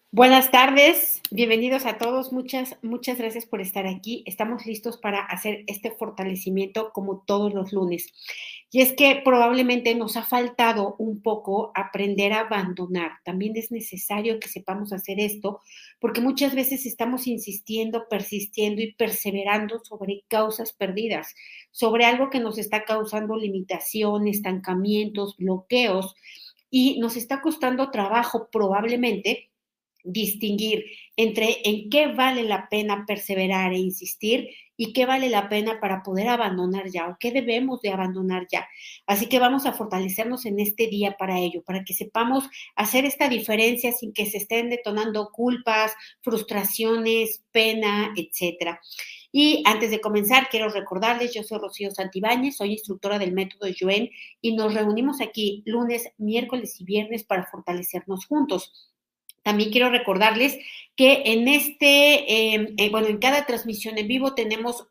Buenas tardes, bienvenidos a todos, muchas gracias por estar aquí. Estamos listos para hacer este fortalecimiento como todos los lunes. Y es que probablemente nos ha faltado un poco aprender a abandonar. También es necesario que sepamos hacer esto porque muchas veces estamos insistiendo, persistiendo y perseverando sobre causas perdidas, sobre algo que nos está causando limitación, estancamientos, bloqueos y nos está costando trabajo probablemente distinguir entre en qué vale la pena perseverar e insistir y qué vale la pena para poder abandonar ya o qué debemos de abandonar ya. Así que vamos a fortalecernos en este día para ello, para que sepamos hacer esta diferencia sin que se estén detonando culpas, frustraciones, pena, etcétera. Y antes de comenzar, quiero recordarles, yo soy Rocío Santibáñez, soy instructora del método Yuen y nos reunimos aquí lunes, miércoles y viernes para fortalecernos juntos. También quiero recordarles que en en cada transmisión en vivo tenemos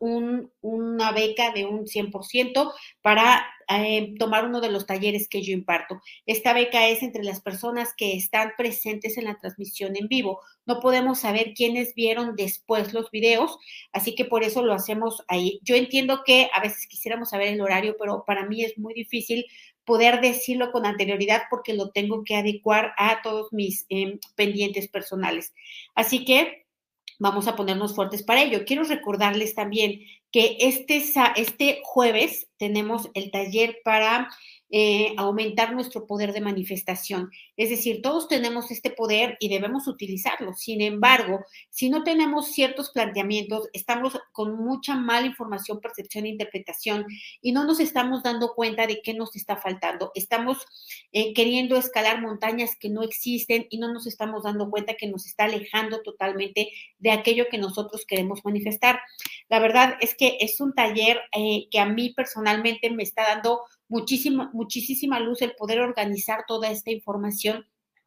una beca de un 100% para tomar uno de los talleres que yo imparto. Esta beca es entre las personas que están presentes en la transmisión en vivo. No podemos saber quiénes vieron después los videos, así que por eso lo hacemos ahí. Yo entiendo que a veces quisiéramos saber el horario, pero para mí es muy difícil poder decirlo con anterioridad porque lo tengo que adecuar a todos mis pendientes personales. Así que vamos a ponernos fuertes para ello. Quiero recordarles también que este jueves tenemos el taller para aumentar nuestro poder de manifestación. Es decir, todos tenemos este poder y debemos utilizarlo. Sin embargo, si no tenemos ciertos planteamientos, estamos con mucha mala información, percepción e interpretación y no nos estamos dando cuenta de qué nos está faltando. Estamos queriendo escalar montañas que no existen y no nos estamos dando cuenta que nos está alejando totalmente de aquello que nosotros queremos manifestar. La verdad es que es un taller que a mí personalmente me está dando muchísima luz el poder organizar toda esta información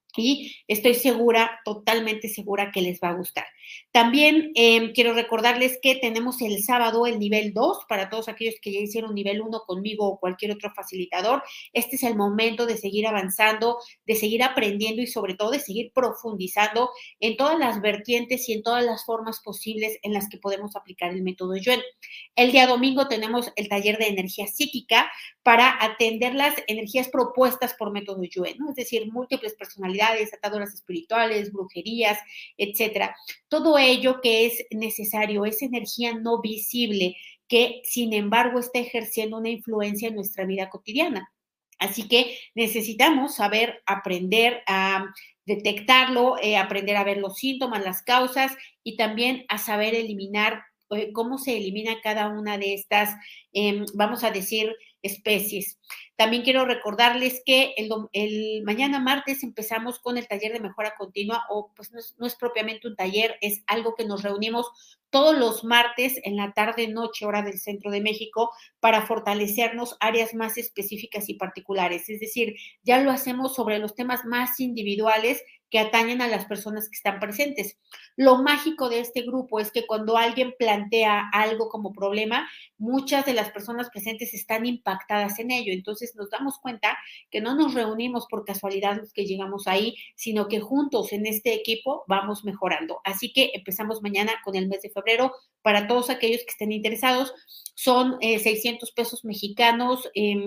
y estoy segura, totalmente segura que les va a gustar. También quiero recordarles que tenemos el sábado el nivel 2 para todos aquellos que ya hicieron nivel 1 conmigo o cualquier otro facilitador. Este es el momento de seguir avanzando, de seguir aprendiendo y sobre todo de seguir profundizando en todas las vertientes y en todas las formas posibles en las que podemos aplicar el método Yuen. El día domingo tenemos el taller de energía psíquica para atender las energías propuestas por método Yuen, ¿no? Es decir, múltiples personalidades, ataduras espirituales, brujerías, etcétera. Todo ello que es necesario, es energía no visible que, sin embargo, está ejerciendo una influencia en nuestra vida cotidiana. Así que necesitamos saber aprender a detectarlo, aprender a ver los síntomas, las causas y también a saber eliminar cómo se elimina cada una de estas, vamos a decir, especies. También quiero recordarles que el mañana martes empezamos con el taller de mejora continua, o pues no es propiamente un taller, es algo que nos reunimos todos los martes en la tarde, noche, hora del centro de México, para fortalecernos áreas más específicas y particulares. Es decir, ya lo hacemos sobre los temas más individuales que atañen a las personas que están presentes. Lo mágico de este grupo es que cuando alguien plantea algo como problema, muchas de las personas presentes están impactadas en ello. Entonces nos damos cuenta que no nos reunimos por casualidad los que llegamos ahí, sino que juntos en este equipo vamos mejorando. Así que empezamos mañana con el mes de febrero. Para todos aquellos que estén interesados, son 600 pesos mexicanos.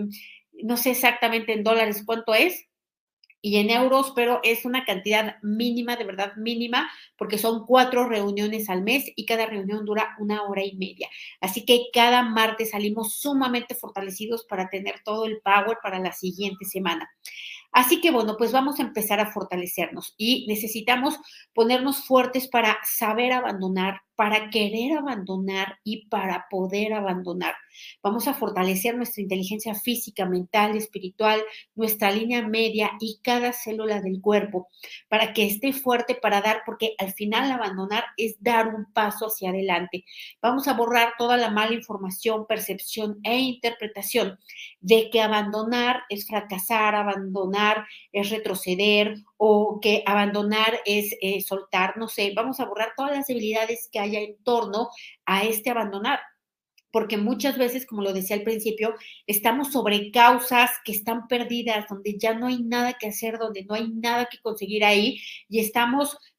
No sé exactamente en dólares cuánto es y en euros, pero es una cantidad mínima, de verdad mínima, porque son 4 reuniones al mes y cada reunión dura 1 hora y media. Así que cada martes salimos sumamente fortalecidos para tener todo el power para la siguiente semana. Así que bueno, pues vamos a empezar a fortalecernos y necesitamos ponernos fuertes para saber abandonar, para querer abandonar y para poder abandonar. Vamos a fortalecer nuestra inteligencia física, mental, espiritual, nuestra línea media y cada célula del cuerpo para que esté fuerte para dar, porque al final abandonar es dar un paso hacia adelante. Vamos a borrar toda la mala información, percepción e interpretación de que abandonar es fracasar, abandonar es retroceder o que abandonar es soltar, no sé, vamos a borrar todas las debilidades que haya en torno a este abandonar. Porque muchas veces, como lo decía al principio, estamos sobre causas que están perdidas, donde ya no hay nada que hacer, donde no hay nada que conseguir ahí, y estamos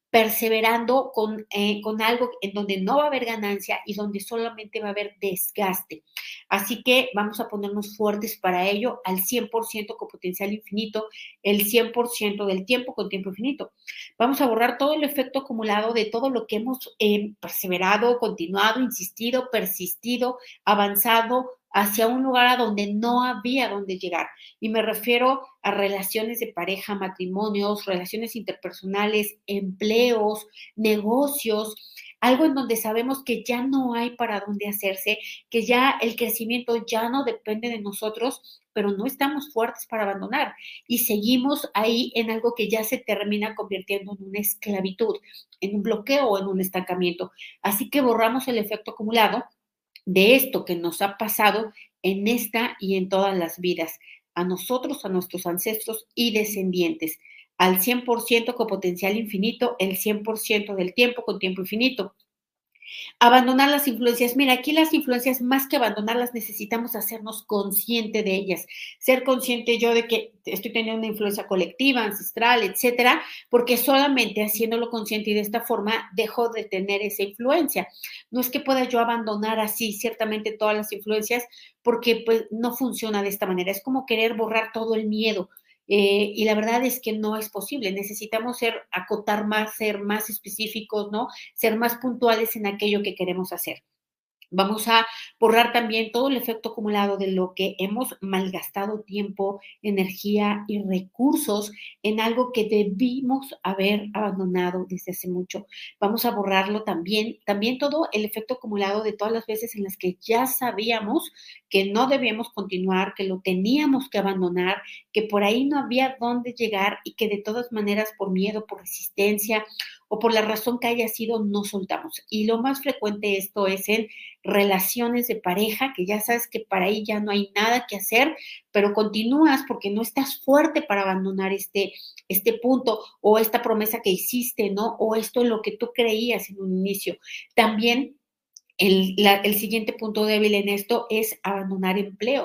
perseverando con algo en donde no va a haber ganancia y donde solamente va a haber desgaste. Así que vamos a ponernos fuertes para ello al 100% con potencial infinito, el 100% del tiempo con tiempo infinito. Vamos a borrar todo el efecto acumulado de todo lo que hemos perseverado, continuado, insistido, persistido, avanzado hacia un lugar a donde no había dónde llegar. Y me refiero a relaciones de pareja, matrimonios, relaciones interpersonales, empleos, negocios, algo en donde sabemos que ya no hay para dónde hacerse, que ya el crecimiento ya no depende de nosotros, pero no estamos fuertes para abandonar y seguimos ahí en algo que ya se termina convirtiendo en una esclavitud, en un bloqueo o en un estancamiento. Así que borramos el efecto acumulado de esto que nos ha pasado en esta y en todas las vidas, a nosotros, a nuestros ancestros y descendientes, al 100% con potencial infinito, el 100% del tiempo con tiempo infinito. Abandonar las influencias. Mira, aquí las influencias, más que abandonarlas, necesitamos hacernos consciente de ellas. Ser consciente yo de que estoy teniendo una influencia colectiva, ancestral, etcétera, porque solamente haciéndolo consciente y de esta forma dejo de tener esa influencia. No es que pueda yo abandonar así ciertamente todas las influencias, porque pues no funciona de esta manera. Es como querer borrar todo el miedo. Y la verdad es que no es posible. Necesitamos acotar más, ser más específicos, ¿no? Ser más puntuales en aquello que queremos hacer. Vamos a borrar también todo el efecto acumulado de lo que hemos malgastado tiempo, energía y recursos en algo que debimos haber abandonado desde hace mucho. Vamos a borrarlo también todo el efecto acumulado de todas las veces en las que ya sabíamos que no debíamos continuar, que lo teníamos que abandonar, que por ahí no había dónde llegar y que de todas maneras por miedo, por resistencia o por la razón que haya sido, no soltamos. Y lo más frecuente esto es en relaciones de pareja, que ya sabes que para ahí ya no hay nada que hacer, pero continúas porque no estás fuerte para abandonar este punto o esta promesa que hiciste, ¿no? O esto en lo que tú creías en un inicio. También el siguiente punto débil en esto es abandonar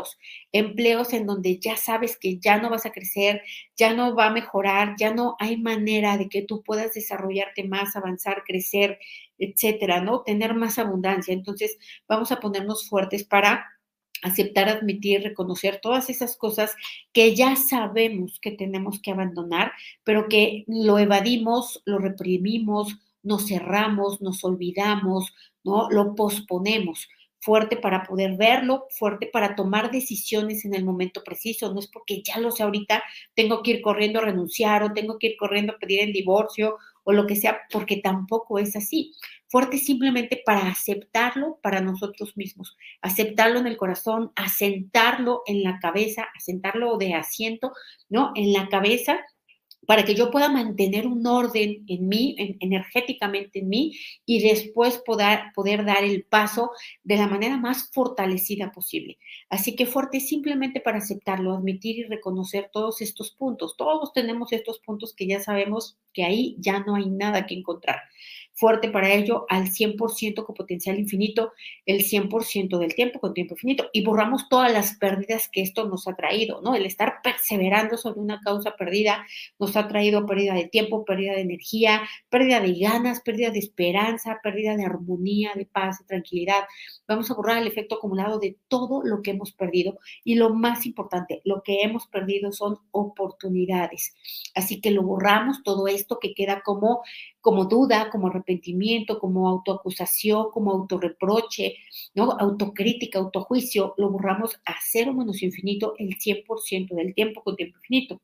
empleos en donde ya sabes que ya no vas a crecer, ya no va a mejorar, ya no hay manera de que tú puedas desarrollarte más, avanzar, crecer, etcétera, ¿no? Tener más abundancia. Entonces, vamos a ponernos fuertes para aceptar, admitir, reconocer todas esas cosas que ya sabemos que tenemos que abandonar, pero que lo evadimos, lo reprimimos, nos cerramos, nos olvidamos, ¿no? Lo posponemos. Fuerte para poder verlo, fuerte para tomar decisiones en el momento preciso. No es porque ya lo sé ahorita, tengo que ir corriendo a renunciar o tengo que ir corriendo a pedir el divorcio o lo que sea, porque tampoco es así. Fuerte simplemente para aceptarlo para nosotros mismos, aceptarlo en el corazón, asentarlo en la cabeza, asentarlo de asiento, ¿no? En la cabeza para que yo pueda mantener un orden en mí, energéticamente en mí, y después poder dar el paso de la manera más fortalecida posible. Así que fuerte simplemente para aceptarlo, admitir y reconocer todos estos puntos. Todos tenemos estos puntos que ya sabemos que ahí ya no hay nada que encontrar. Fuerte para ello al 100% con potencial infinito, el 100% del tiempo con tiempo infinito. Y borramos todas las pérdidas que esto nos ha traído, ¿no? El estar perseverando sobre una causa perdida nos ha traído pérdida de tiempo, pérdida de energía, pérdida de ganas, pérdida de esperanza, pérdida de armonía, de paz, de tranquilidad. Vamos a borrar el efecto acumulado de todo lo que hemos perdido y lo más importante, lo que hemos perdido son oportunidades. Así que lo borramos, todo esto que queda como duda, como arrepentimiento, como autoacusación, como autorreproche, ¿no? Autocrítica, autojuicio, lo borramos a cero menos infinito el 100% del tiempo con tiempo infinito.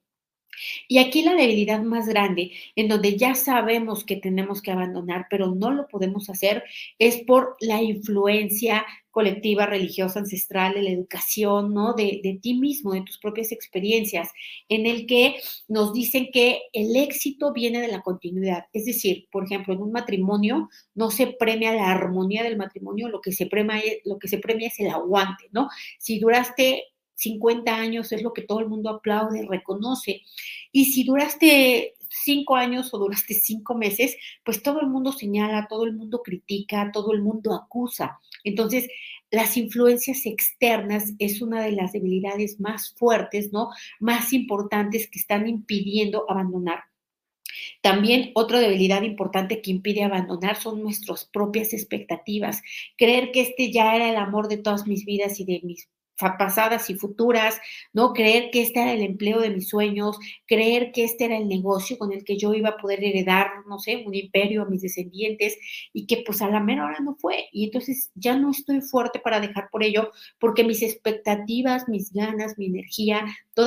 Y aquí la debilidad más grande, en donde ya sabemos que tenemos que abandonar, pero no lo podemos hacer, es por la influencia colectiva, religiosa, ancestral, de la educación, ¿no? De ti mismo, de tus propias experiencias, en el que nos dicen que el éxito viene de la continuidad. Es decir, por ejemplo, en un matrimonio no se premia la armonía del matrimonio, lo que se premia es el aguante, ¿no? Si duraste 50 años es lo que todo el mundo aplaude, reconoce. Y si duraste 5 años o duraste 5 meses, pues todo el mundo señala, todo el mundo critica, todo el mundo acusa. Entonces, las influencias externas es una de las debilidades más fuertes, ¿no? Más importantes que están impidiendo abandonar. También otra debilidad importante que impide abandonar son nuestras propias expectativas. Creer que este ya era el amor de todas mis vidas y de mis pasadas y futuras, ¿no? Creer que este era el empleo de mis sueños, creer que este era el negocio con el que yo iba a poder heredar, no sé, un imperio a mis descendientes y que pues a la mera hora no fue. Y entonces ya no estoy fuerte para dejar por ello porque mis expectativas, mis ganas, mi energía,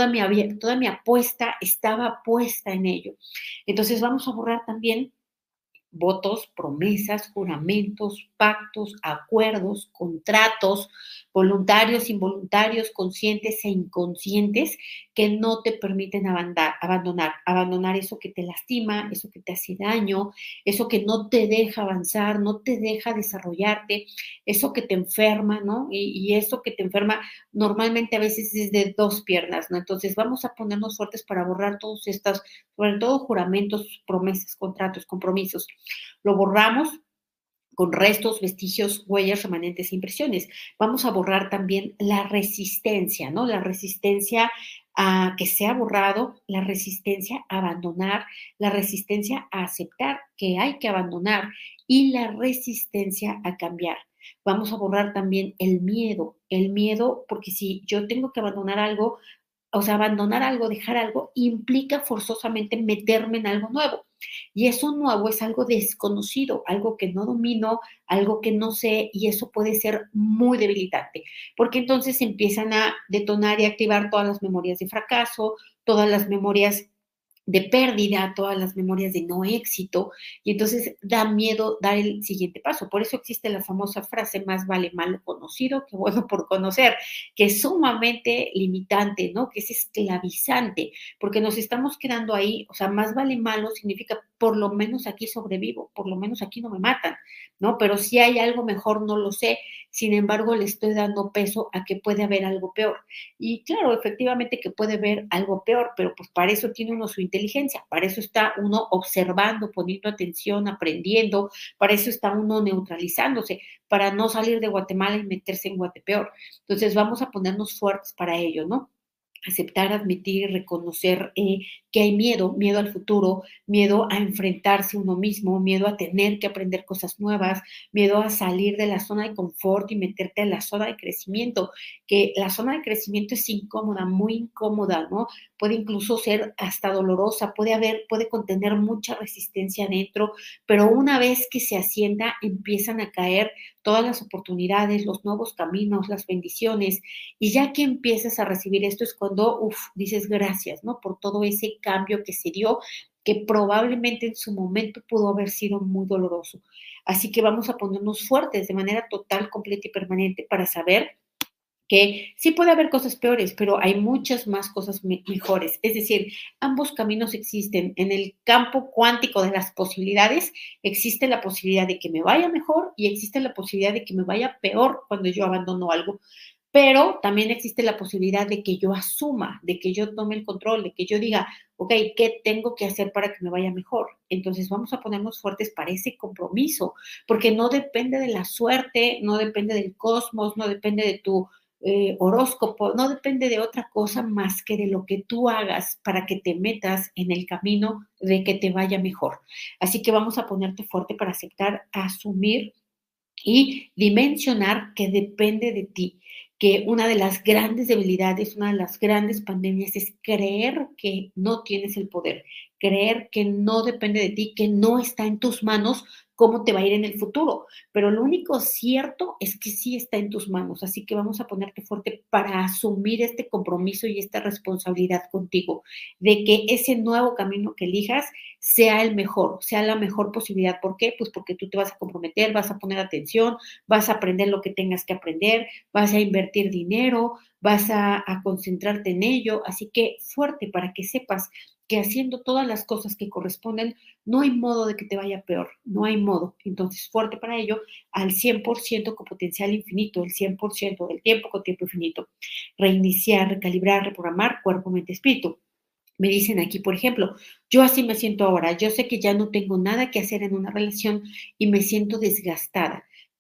toda mi apuesta estaba puesta en ello. Entonces vamos a borrar también votos, promesas, juramentos, pactos, acuerdos, contratos, voluntarios, involuntarios, conscientes e inconscientes que no te permiten abandonar eso que te lastima, eso que te hace daño, eso que no te deja avanzar, no te deja desarrollarte, eso que te enferma, ¿no? Y eso que te enferma normalmente a veces es de dos piernas, ¿no? Entonces vamos a ponernos fuertes para borrar todos estos, sobre todo juramentos, promesas, contratos, compromisos. Lo borramos con restos, vestigios, huellas, remanentes e impresiones. Vamos a borrar también la resistencia, ¿no? La resistencia a que sea borrado, la resistencia a abandonar, la resistencia a aceptar que hay que abandonar y la resistencia a cambiar. Vamos a borrar también el miedo, porque si yo tengo que abandonar algo, o sea, abandonar algo, dejar algo, implica forzosamente meterme en algo nuevo. Y eso nuevo es algo desconocido, algo que no domino, algo que no sé, y eso puede ser muy debilitante, porque entonces empiezan a detonar y activar todas las memorias de fracaso, todas las memorias de pérdida, todas las memorias de no éxito, y entonces da miedo dar el siguiente paso. Por eso existe la famosa frase, más vale malo conocido que bueno por conocer, que es sumamente limitante, ¿no? Que es esclavizante, porque nos estamos quedando ahí, o sea, más vale malo significa por lo menos aquí sobrevivo, por lo menos aquí no me matan, ¿no? Pero si hay algo mejor, no lo sé, sin embargo, le estoy dando peso a que puede haber algo peor. Y claro, efectivamente que puede haber algo peor, pero pues para eso tiene uno su inteligencia, para eso está uno observando, poniendo atención, aprendiendo, para eso está uno neutralizándose, para no salir de Guatemala y meterse en Guatepeor. Entonces vamos a ponernos fuertes para ello, ¿no? Aceptar, admitir y reconocer que hay miedo, miedo al futuro, miedo a enfrentarse a uno mismo, miedo a tener que aprender cosas nuevas, miedo a salir de la zona de confort y meterte en la zona de crecimiento, que la zona de crecimiento es incómoda, muy incómoda, ¿no? Puede incluso ser hasta dolorosa, puede contener mucha resistencia adentro, pero una vez que se asienta, empiezan a caer todas las oportunidades, los nuevos caminos, las bendiciones, y ya que empiezas a recibir esto es cuando, dices gracias, ¿no? Por todo ese cambio que se dio, que probablemente en su momento pudo haber sido muy doloroso. Así que vamos a ponernos fuertes de manera total, completa y permanente para saber que sí puede haber cosas peores, pero hay muchas más cosas mejores. Es decir, ambos caminos existen. En el campo cuántico de las posibilidades existe la posibilidad de que me vaya mejor y existe la posibilidad de que me vaya peor cuando yo abandono algo. Pero también existe la posibilidad de que yo asuma, de que yo tome el control, de que yo diga, ok, ¿qué tengo que hacer para que me vaya mejor? Entonces vamos a ponernos fuertes para ese compromiso, porque no depende de la suerte, no depende del cosmos, no depende de tu horóscopo, no depende de otra cosa más que de lo que tú hagas para que te metas en el camino de que te vaya mejor. Así que vamos a ponerte fuerte para aceptar, asumir y dimensionar que depende de ti, que una de las grandes debilidades, una de las grandes pandemias es creer que no tienes el poder, creer que no depende de ti, que no está en tus manos cómo te va a ir en el futuro, pero lo único cierto es que sí está en tus manos, así que vamos a ponerte fuerte para asumir este compromiso y esta responsabilidad contigo, de que ese nuevo camino que elijas sea el mejor, sea la mejor posibilidad. ¿Por qué? Pues porque tú te vas a comprometer, vas a poner atención, vas a aprender lo que tengas que aprender, vas a invertir dinero, vas a concentrarte en ello. Así que fuerte para que sepas que haciendo todas las cosas que corresponden, no hay modo de que te vaya peor, no hay modo. Entonces, fuerte para ello, al 100% con potencial infinito, el 100% del tiempo con tiempo infinito. Reiniciar, recalibrar, reprogramar cuerpo, mente, espíritu. Me dicen aquí, por ejemplo, yo así me siento ahora, yo sé que ya no tengo nada que hacer en una relación y me siento desgastada.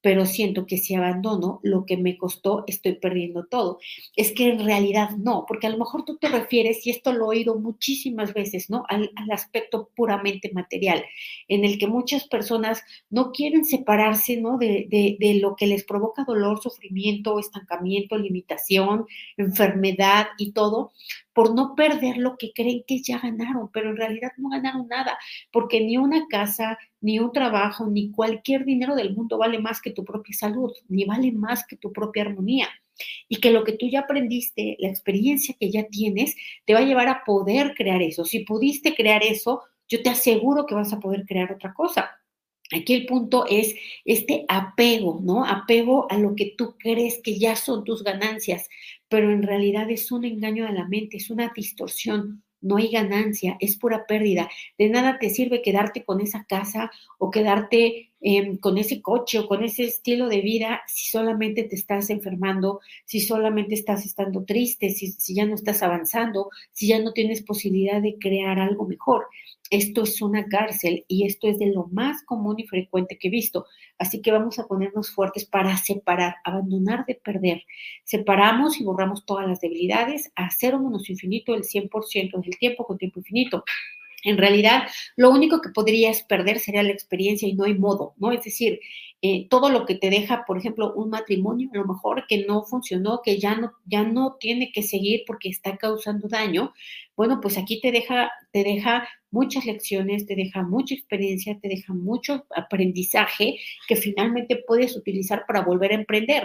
pero siento que si abandono lo que me costó, estoy perdiendo todo. Es que en realidad no, porque a lo mejor tú te refieres, y esto lo he oído muchísimas veces, ¿no? Al aspecto puramente material, en el que muchas personas no quieren separarse, ¿no? De lo que les provoca dolor, sufrimiento, estancamiento, limitación, enfermedad y todo, por no perder lo que creen que ya ganaron, pero en realidad no ganaron nada, porque ni una casa, ni un trabajo, ni cualquier dinero del mundo vale más que tu propia salud, ni vale más que tu propia armonía. Y que lo que tú ya aprendiste, la experiencia que ya tienes, te va a llevar a poder crear eso. Si pudiste crear eso, yo te aseguro que vas a poder crear otra cosa. Aquí el punto es este apego, ¿no? Apego a lo que tú crees que ya son tus ganancias, pero en realidad es un engaño de la mente, es una distorsión. No hay ganancia, es pura pérdida. De nada te sirve quedarte con esa casa o quedarte con ese coche o con ese estilo de vida si solamente te estás enfermando, si solamente estás estando triste, si ya no estás avanzando, si ya no tienes posibilidad de crear algo mejor. Esto es una cárcel y esto es de lo más común y frecuente que he visto. Así que vamos a ponernos fuertes para separar, abandonar de perder. Separamos y borramos todas las debilidades a cero menos infinito el 100% del tiempo con tiempo infinito. En realidad, lo único que podrías perder sería la experiencia y no hay modo, ¿no? Es decir, todo lo que te deja, por ejemplo, un matrimonio, a lo mejor que no funcionó, que ya no tiene que seguir porque está causando daño, bueno, pues aquí te deja muchas lecciones, te deja mucha experiencia, te deja mucho aprendizaje que finalmente puedes utilizar para volver a emprender.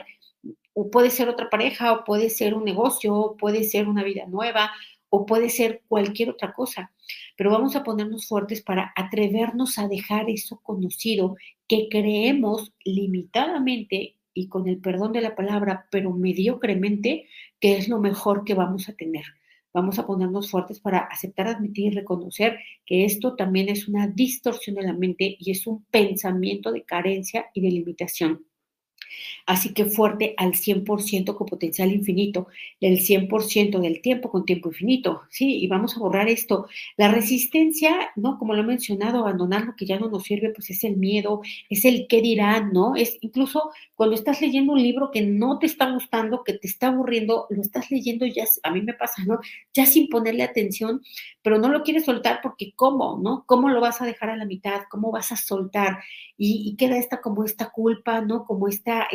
O puede ser otra pareja, o puede ser un negocio, o puede ser una vida nueva, o puede ser cualquier otra cosa. Pero vamos a ponernos fuertes para atrevernos a dejar eso conocido que creemos limitadamente y con el perdón de la palabra, pero mediocremente, que es lo mejor que vamos a tener. Vamos a ponernos fuertes para aceptar, admitir y reconocer que esto también es una distorsión de la mente y es un pensamiento de carencia y de limitación. Así que fuerte al 100% con potencial infinito, el 100% del tiempo con tiempo infinito, ¿sí? Y vamos a borrar esto. La resistencia, ¿no? Como lo he mencionado, abandonar lo que ya no nos sirve, pues es el miedo, es el qué dirán, ¿no? Es incluso cuando estás leyendo un libro que no te está gustando, que te está aburriendo, lo estás leyendo ya, a mí me pasa, ¿no? Ya sin ponerle atención, pero no lo quieres soltar porque ¿cómo, no? ¿Cómo lo vas a dejar a la mitad? ¿Cómo vas a soltar? Y queda como esta culpa, ¿no? Como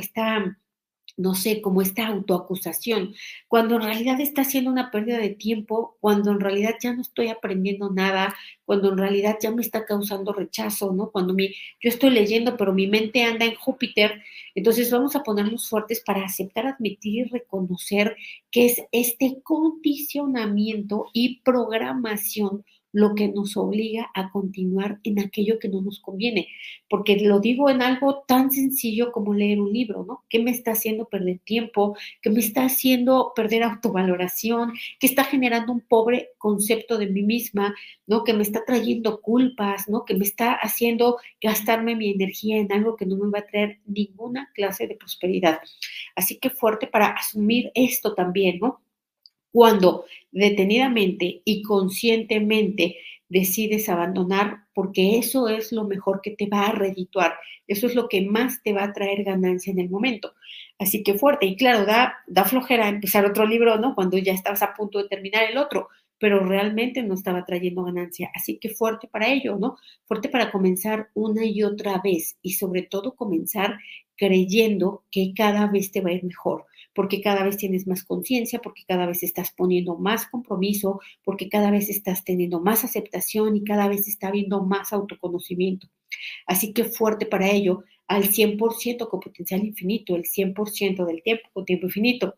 no sé, como esta autoacusación, cuando en realidad está siendo una pérdida de tiempo, cuando en realidad ya no estoy aprendiendo nada, cuando en realidad ya me está causando rechazo, ¿no? Yo estoy leyendo, pero mi mente anda en Júpiter, entonces vamos a ponernos fuertes para aceptar, admitir y reconocer que es este condicionamiento y programación lo que nos obliga a continuar en aquello que no nos conviene, porque lo digo en algo tan sencillo como leer un libro, ¿no? ¿Qué me está haciendo perder tiempo? ¿Qué me está haciendo perder autovaloración? ¿Qué está generando un pobre concepto de mí misma? ¿No? Que me está trayendo culpas, ¿no? Que me está haciendo gastarme mi energía en algo que no me va a traer ninguna clase de prosperidad. Así que fuerte para asumir esto también, ¿no? Cuando detenidamente y conscientemente decides abandonar, porque eso es lo mejor que te va a redituar, eso es lo que más te va a traer ganancia en el momento. Así que fuerte, y claro, da flojera empezar otro libro, ¿no? Cuando ya estabas a punto de terminar el otro, pero realmente no estaba trayendo ganancia. Así que fuerte para ello, ¿no? Fuerte para comenzar una y otra vez y sobre todo comenzar creyendo que cada vez te va a ir mejor, porque cada vez tienes más conciencia, porque cada vez estás poniendo más compromiso, porque cada vez estás teniendo más aceptación y cada vez está habiendo más autoconocimiento. Así que fuerte para ello, al 100% con potencial infinito, el 100% del tiempo con tiempo infinito.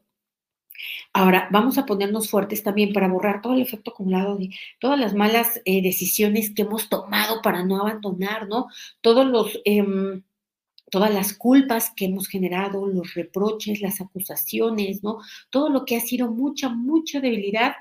Ahora, vamos a ponernos fuertes también para borrar todo el efecto acumulado de todas las malas decisiones que hemos tomado para no abandonar, ¿no? Todos los... todas las culpas que hemos generado, los reproches, las acusaciones, ¿no? Todo lo que ha sido mucha debilidad,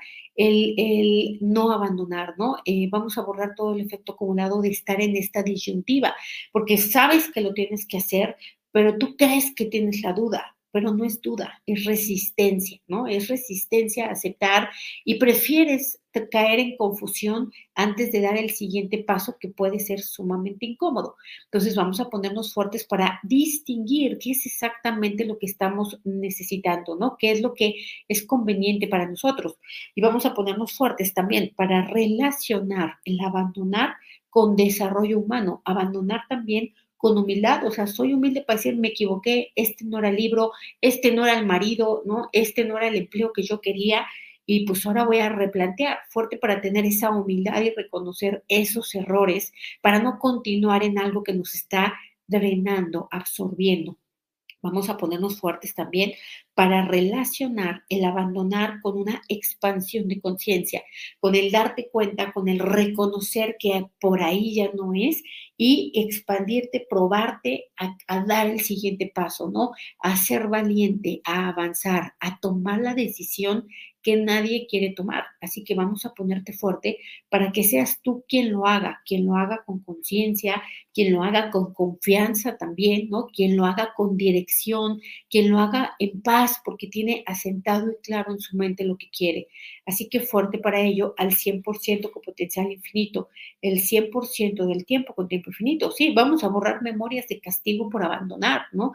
el no abandonar, ¿no? Vamos a borrar todo el efecto acumulado de estar en esta disyuntiva, porque sabes que lo tienes que hacer, pero tú crees que tienes la duda. pero no es duda, es resistencia, ¿no? Es resistencia a aceptar y prefieres caer en confusión antes de dar el siguiente paso que puede ser sumamente incómodo. Entonces vamos a ponernos fuertes para distinguir qué es exactamente lo que estamos necesitando, ¿no? ¿Qué es lo que es conveniente para nosotros? Y vamos a ponernos fuertes también para relacionar el abandonar con desarrollo humano, abandonar también con humildad, o sea, soy humilde para decir, me equivoqué, este no era el libro, este no era el marido, ¿no? Este no era el empleo que yo quería, y pues ahora voy a replantear, fuerte para tener esa humildad y reconocer esos errores, para no continuar en algo que nos está drenando, absorbiendo. Vamos a ponernos fuertes también para relacionar el abandonar con una expansión de conciencia, con el darte cuenta, con el reconocer que por ahí ya no es y expandirte, probarte a dar el siguiente paso, ¿no? A ser valiente, a avanzar, a tomar la decisión que nadie quiere tomar. Así que vamos a ponerte fuerte para que seas tú quien lo haga con conciencia, quien lo haga con confianza también, ¿no? Quien lo haga con dirección, quien lo haga en paz porque tiene asentado y claro en su mente lo que quiere. Así que fuerte para ello al 100% con potencial infinito, el 100% del tiempo con tiempo infinito. Sí, vamos a borrar memorias de castigo por abandonar, ¿no?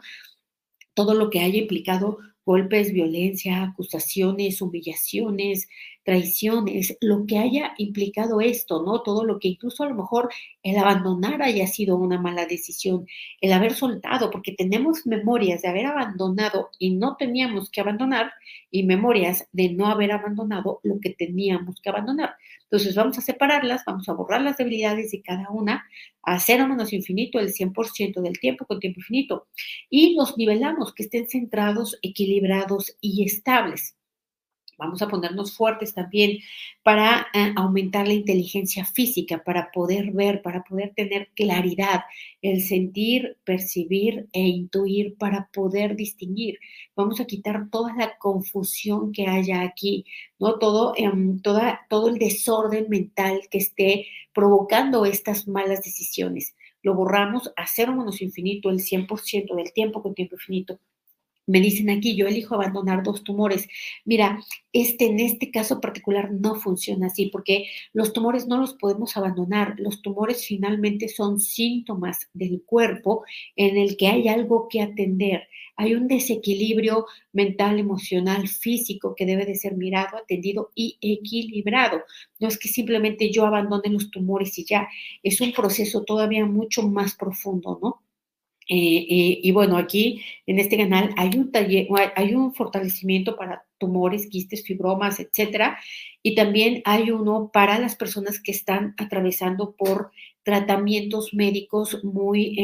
Todo lo que haya implicado golpes, violencia, acusaciones, humillaciones, traiciones, lo que haya implicado esto, ¿no? Todo lo que incluso a lo mejor el abandonar haya sido una mala decisión, el haber soltado, porque tenemos memorias de haber abandonado y no teníamos que abandonar y memorias de no haber abandonado lo que teníamos que abandonar. Entonces vamos a separarlas, vamos a borrar las debilidades de cada una, a cero menos infinito el 100% del tiempo con tiempo infinito y los nivelamos, que estén centrados, equilibrados y estables. Vamos a ponernos fuertes también para aumentar la inteligencia física, para poder ver, para poder tener claridad, el sentir, percibir e intuir para poder distinguir. Vamos a quitar toda la confusión que haya aquí, ¿no? Todo el desorden mental que esté provocando estas malas decisiones. Lo borramos a cero menos infinito, el 100% del tiempo con tiempo infinito. Me dicen aquí, yo elijo abandonar 2 tumores. Mira, en este caso particular no funciona así, porque los tumores no los podemos abandonar. Los tumores finalmente son síntomas del cuerpo en el que hay algo que atender. Hay un desequilibrio mental, emocional, físico que debe de ser mirado, atendido y equilibrado. No es que simplemente yo abandone los tumores y ya. Es un proceso todavía mucho más profundo, ¿no? Y bueno, aquí en este canal hay un taller, hay un fortalecimiento para tumores, quistes, fibromas, etcétera. Y también hay uno para las personas que están atravesando por tratamientos médicos muy,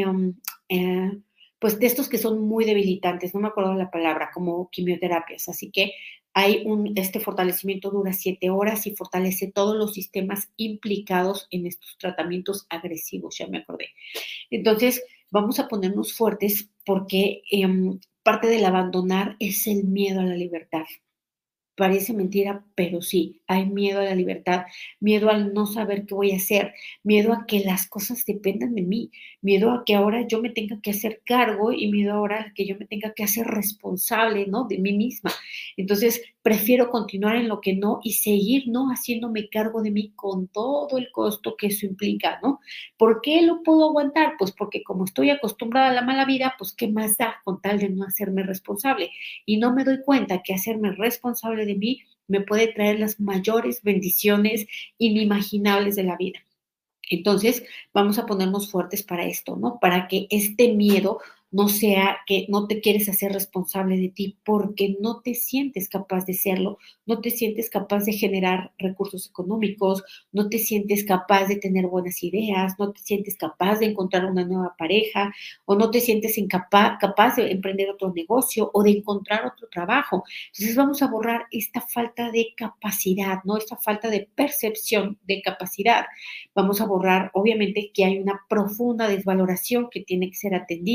pues de estos que son muy debilitantes, no me acuerdo la palabra, como quimioterapias. Así que este fortalecimiento dura 7 horas y fortalece todos los sistemas implicados en estos tratamientos agresivos, ya me acordé. Entonces, vamos a ponernos fuertes porque parte del abandonar es el miedo a la libertad. Parece mentira, pero sí, hay miedo a la libertad, miedo al no saber qué voy a hacer, miedo a que las cosas dependan de mí, miedo a que ahora yo me tenga que hacer cargo y miedo ahora a que yo me tenga que hacer responsable, ¿no? De mí misma. Entonces, prefiero continuar en lo que no y seguir, ¿no? Haciéndome cargo de mí con todo el costo que eso implica, ¿no? ¿Por qué lo puedo aguantar? Pues porque como estoy acostumbrada a la mala vida, pues ¿qué más da con tal de no hacerme responsable? Y no me doy cuenta que hacerme responsable de mí me puede traer las mayores bendiciones inimaginables de la vida. Entonces, vamos a ponernos fuertes para esto, ¿no? Para que este miedo no sea que no te quieres hacer responsable de ti porque no te sientes capaz de serlo, no te sientes capaz de generar recursos económicos, no te sientes capaz de tener buenas ideas, no te sientes capaz de encontrar una nueva pareja o no te sientes capaz de emprender otro negocio o de encontrar otro trabajo. Entonces vamos a borrar esta falta de capacidad, ¿no? Esta falta de percepción de capacidad. Vamos a borrar, obviamente, que hay una profunda desvaloración que tiene que ser atendida, ¿no?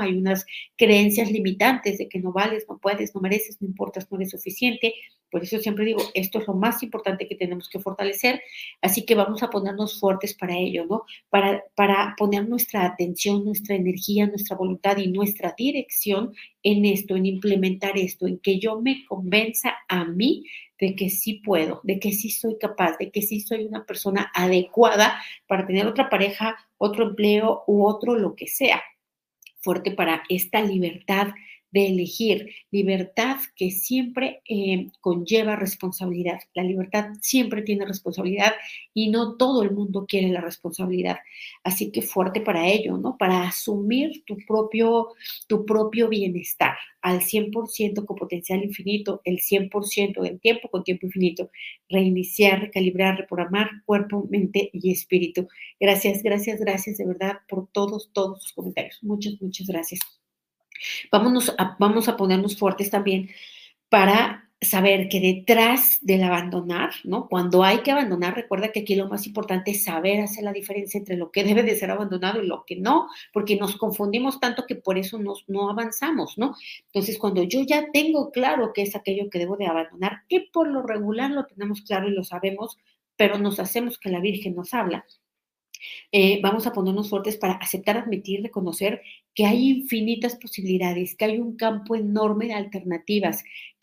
Hay unas creencias limitantes de que no vales, no puedes, no mereces, no importas, no eres suficiente. Por eso siempre digo, esto es lo más importante que tenemos que fortalecer, así que vamos a ponernos fuertes para ello, ¿no? Para poner nuestra atención, nuestra energía, nuestra voluntad y nuestra dirección en esto, en implementar esto, en que yo me convenza a mí de que sí puedo, de que sí soy capaz, de que sí soy una persona adecuada para tener otra pareja, otro empleo u otro lo que sea. Fuerte para esta libertad de elegir, libertad que siempre conlleva responsabilidad. La libertad siempre tiene responsabilidad y no todo el mundo quiere la responsabilidad. Así que fuerte para ello, ¿no? Para asumir tu propio bienestar al 100% con potencial infinito, el 100% del tiempo con tiempo infinito. Reiniciar, recalibrar, reprogramar cuerpo, mente y espíritu. Gracias, gracias, gracias de verdad por todos sus comentarios. Muchas, muchas gracias. Vamos a ponernos fuertes también para saber que detrás del abandonar, ¿no? Cuando hay que abandonar, recuerda que aquí lo más importante es saber hacer la diferencia entre lo que debe de ser abandonado y lo que no, porque nos confundimos tanto que por eso no avanzamos, ¿no? Entonces, cuando yo ya tengo claro qué es aquello que debo de abandonar, que por lo regular lo tenemos claro y lo sabemos, pero nos hacemos que la Virgen nos habla, vamos a ponernos fuertes para aceptar, admitir, reconocer que hay infinitas posibilidades, que hay un campo enorme de alternativas,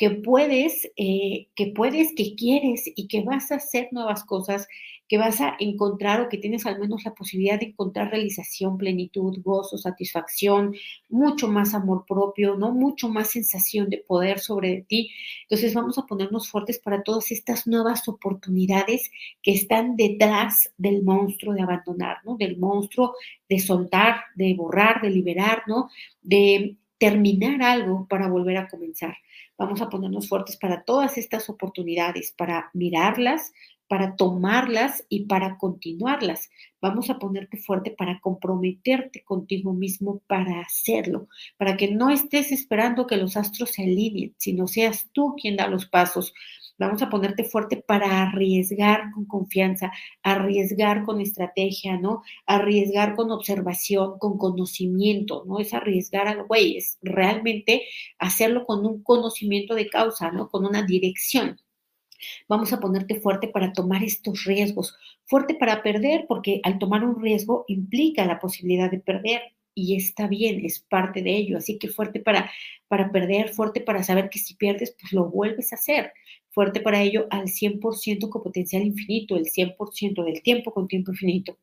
que quieres y que vas a hacer nuevas cosas, que vas a encontrar o que tienes al menos la posibilidad de encontrar realización, plenitud, gozo, satisfacción, mucho más amor propio, ¿no? Mucho más sensación de poder sobre ti. Entonces vamos a ponernos fuertes para todas estas nuevas oportunidades que están detrás del monstruo de abandonar, ¿no? Del monstruo de soltar, de borrar, de liberar, ¿no? De terminar algo para volver a comenzar. Vamos a ponernos fuertes para todas estas oportunidades, para mirarlas, para tomarlas y para continuarlas. Vamos a ponerte fuerte para comprometerte contigo mismo para hacerlo, para que no estés esperando que los astros se alineen, sino seas tú quien da los pasos. Vamos a ponerte fuerte para arriesgar con confianza, arriesgar con estrategia, ¿no? Arriesgar con observación, con conocimiento, ¿no? Es arriesgar al güey, es realmente hacerlo con un conocimiento de causa, ¿no? Con una dirección. Vamos a ponerte fuerte para tomar estos riesgos, fuerte para perder, porque al tomar un riesgo implica la posibilidad de perder y está bien, es parte de ello. Así que fuerte para perder, fuerte para saber que si pierdes, pues lo vuelves a hacer. Fuerte para ello al 100% con potencial infinito, el 100% del tiempo con tiempo infinito.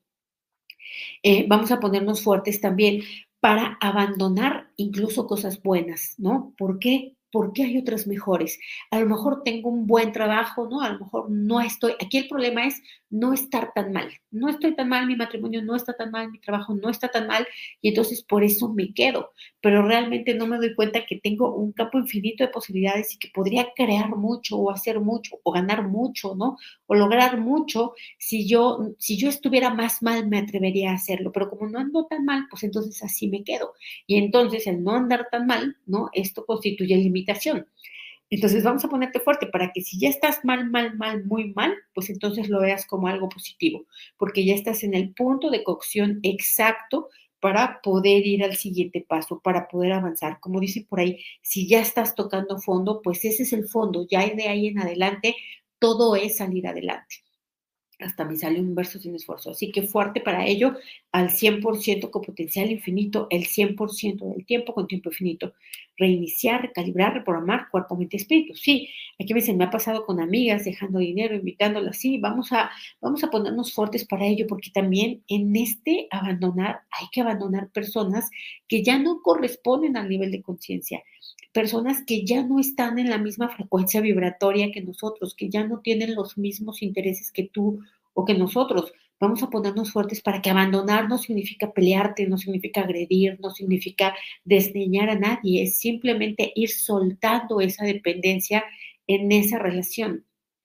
Vamos a ponernos fuertes también para abandonar incluso cosas buenas, ¿no? ¿Por qué? Porque hay otras mejores. A lo mejor tengo un buen trabajo, ¿no? A lo mejor no estoy. Aquí el problema es no estar tan mal. No estoy tan mal, mi matrimonio no está tan mal, mi trabajo no está tan mal, y entonces por eso me quedo. Pero realmente no me doy cuenta que tengo un campo infinito de posibilidades y que podría crear mucho o hacer mucho o ganar mucho, ¿no? O lograr mucho. Si yo estuviera más mal, me atrevería a hacerlo, pero como no ando tan mal, pues entonces así me quedo. Y entonces el no andar tan mal, ¿no? Esto constituye limitación. Entonces vamos a ponerte fuerte para que si ya estás mal, mal, mal, muy mal, pues entonces lo veas como algo positivo, porque ya estás en el punto de cocción exacto para poder ir al siguiente paso, para poder avanzar. Como dicen por ahí, si ya estás tocando fondo, pues ese es el fondo, ya de ahí en adelante todo es salir adelante. Hasta me sale un verso sin esfuerzo. Así que fuerte para ello, al 100% con potencial infinito, el 100% del tiempo con tiempo infinito. Reiniciar, recalibrar, reprogramar cuerpo, mente, espíritu. Sí, aquí me dicen, me ha pasado con amigas, dejando dinero, invitándolas. Sí, vamos a ponernos fuertes para ello, porque también en este abandonar, hay que abandonar personas que ya no corresponden al nivel de conciencia, personas que ya no están en la misma frecuencia vibratoria que nosotros, que ya no tienen los mismos intereses que tú o que nosotros. Vamos a ponernos fuertes para que abandonar no significa pelearte, no significa agredir, no significa desdeñar a nadie, es simplemente ir soltando esa dependencia en esa relación.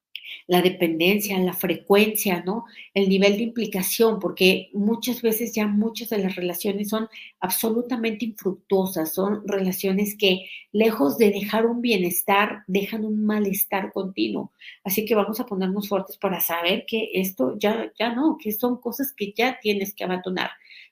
La dependencia, la frecuencia, ¿no? El nivel de implicación, porque muchas veces ya muchas de las relaciones son absolutamente infructuosas, son relaciones que lejos de dejar un bienestar, dejan un malestar continuo. Así que vamos a ponernos fuertes para saber que esto ya no, que son cosas que ya tienes que abandonar.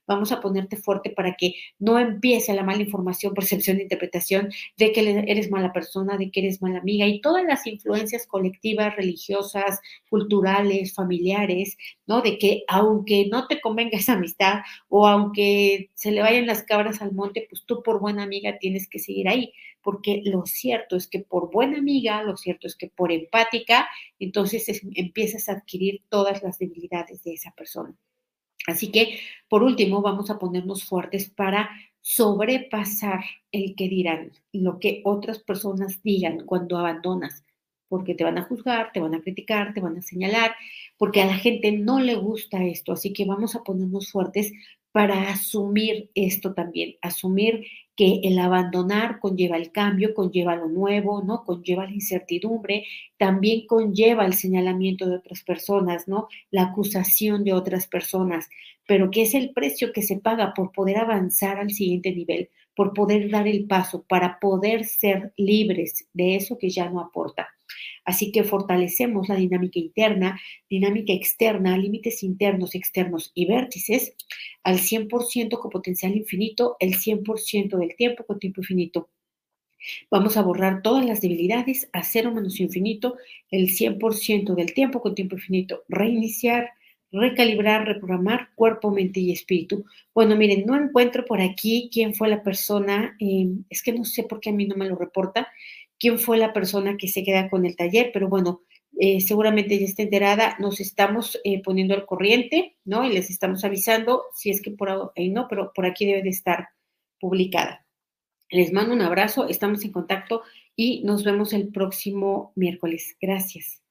vamos a ponerte fuerte para que no empiece la mala información, percepción, interpretación de que eres mala persona, de que eres mala amiga y todas las influencias colectivas, religiosas, culturales, familiares, ¿no? De que aunque no te convenga esa amistad o aunque se le vayan las cabras al monte, pues tú por buena amiga tienes que seguir ahí, porque lo cierto es que por buena amiga, lo cierto es que por empática, entonces empiezas a adquirir todas las debilidades de esa persona. Así que, por último, vamos a ponernos fuertes para sobrepasar el que dirán, lo que otras personas digan cuando abandonas, porque te van a juzgar, te van a criticar, te van a señalar, porque a la gente no le gusta esto. Así que vamos a ponernos fuertes para asumir esto también, asumir que el abandonar conlleva el cambio, conlleva lo nuevo, ¿no? Conlleva la incertidumbre, también conlleva el señalamiento de otras personas, ¿no? La acusación de otras personas, pero que es el precio que se paga por poder avanzar al siguiente nivel, por poder dar el paso, para poder ser libres de eso que ya no aporta. Así que fortalecemos la dinámica interna, dinámica externa, límites internos, externos y vértices al 100% con potencial infinito, el 100% del tiempo con tiempo infinito. Vamos a borrar todas las debilidades a cero menos infinito, el 100% del tiempo con tiempo infinito, reiniciar, recalibrar, reprogramar cuerpo, mente y espíritu. Bueno, miren, no encuentro por aquí quién fue la persona, es que no sé por qué a mí no me lo reporta, quién fue la persona que se queda con el taller, pero bueno, seguramente ya está enterada, nos estamos poniendo al corriente, ¿no? Y les estamos avisando, si es que por ahí no, pero por aquí debe de estar publicada. Les mando un abrazo, estamos en contacto y nos vemos el próximo miércoles. Gracias.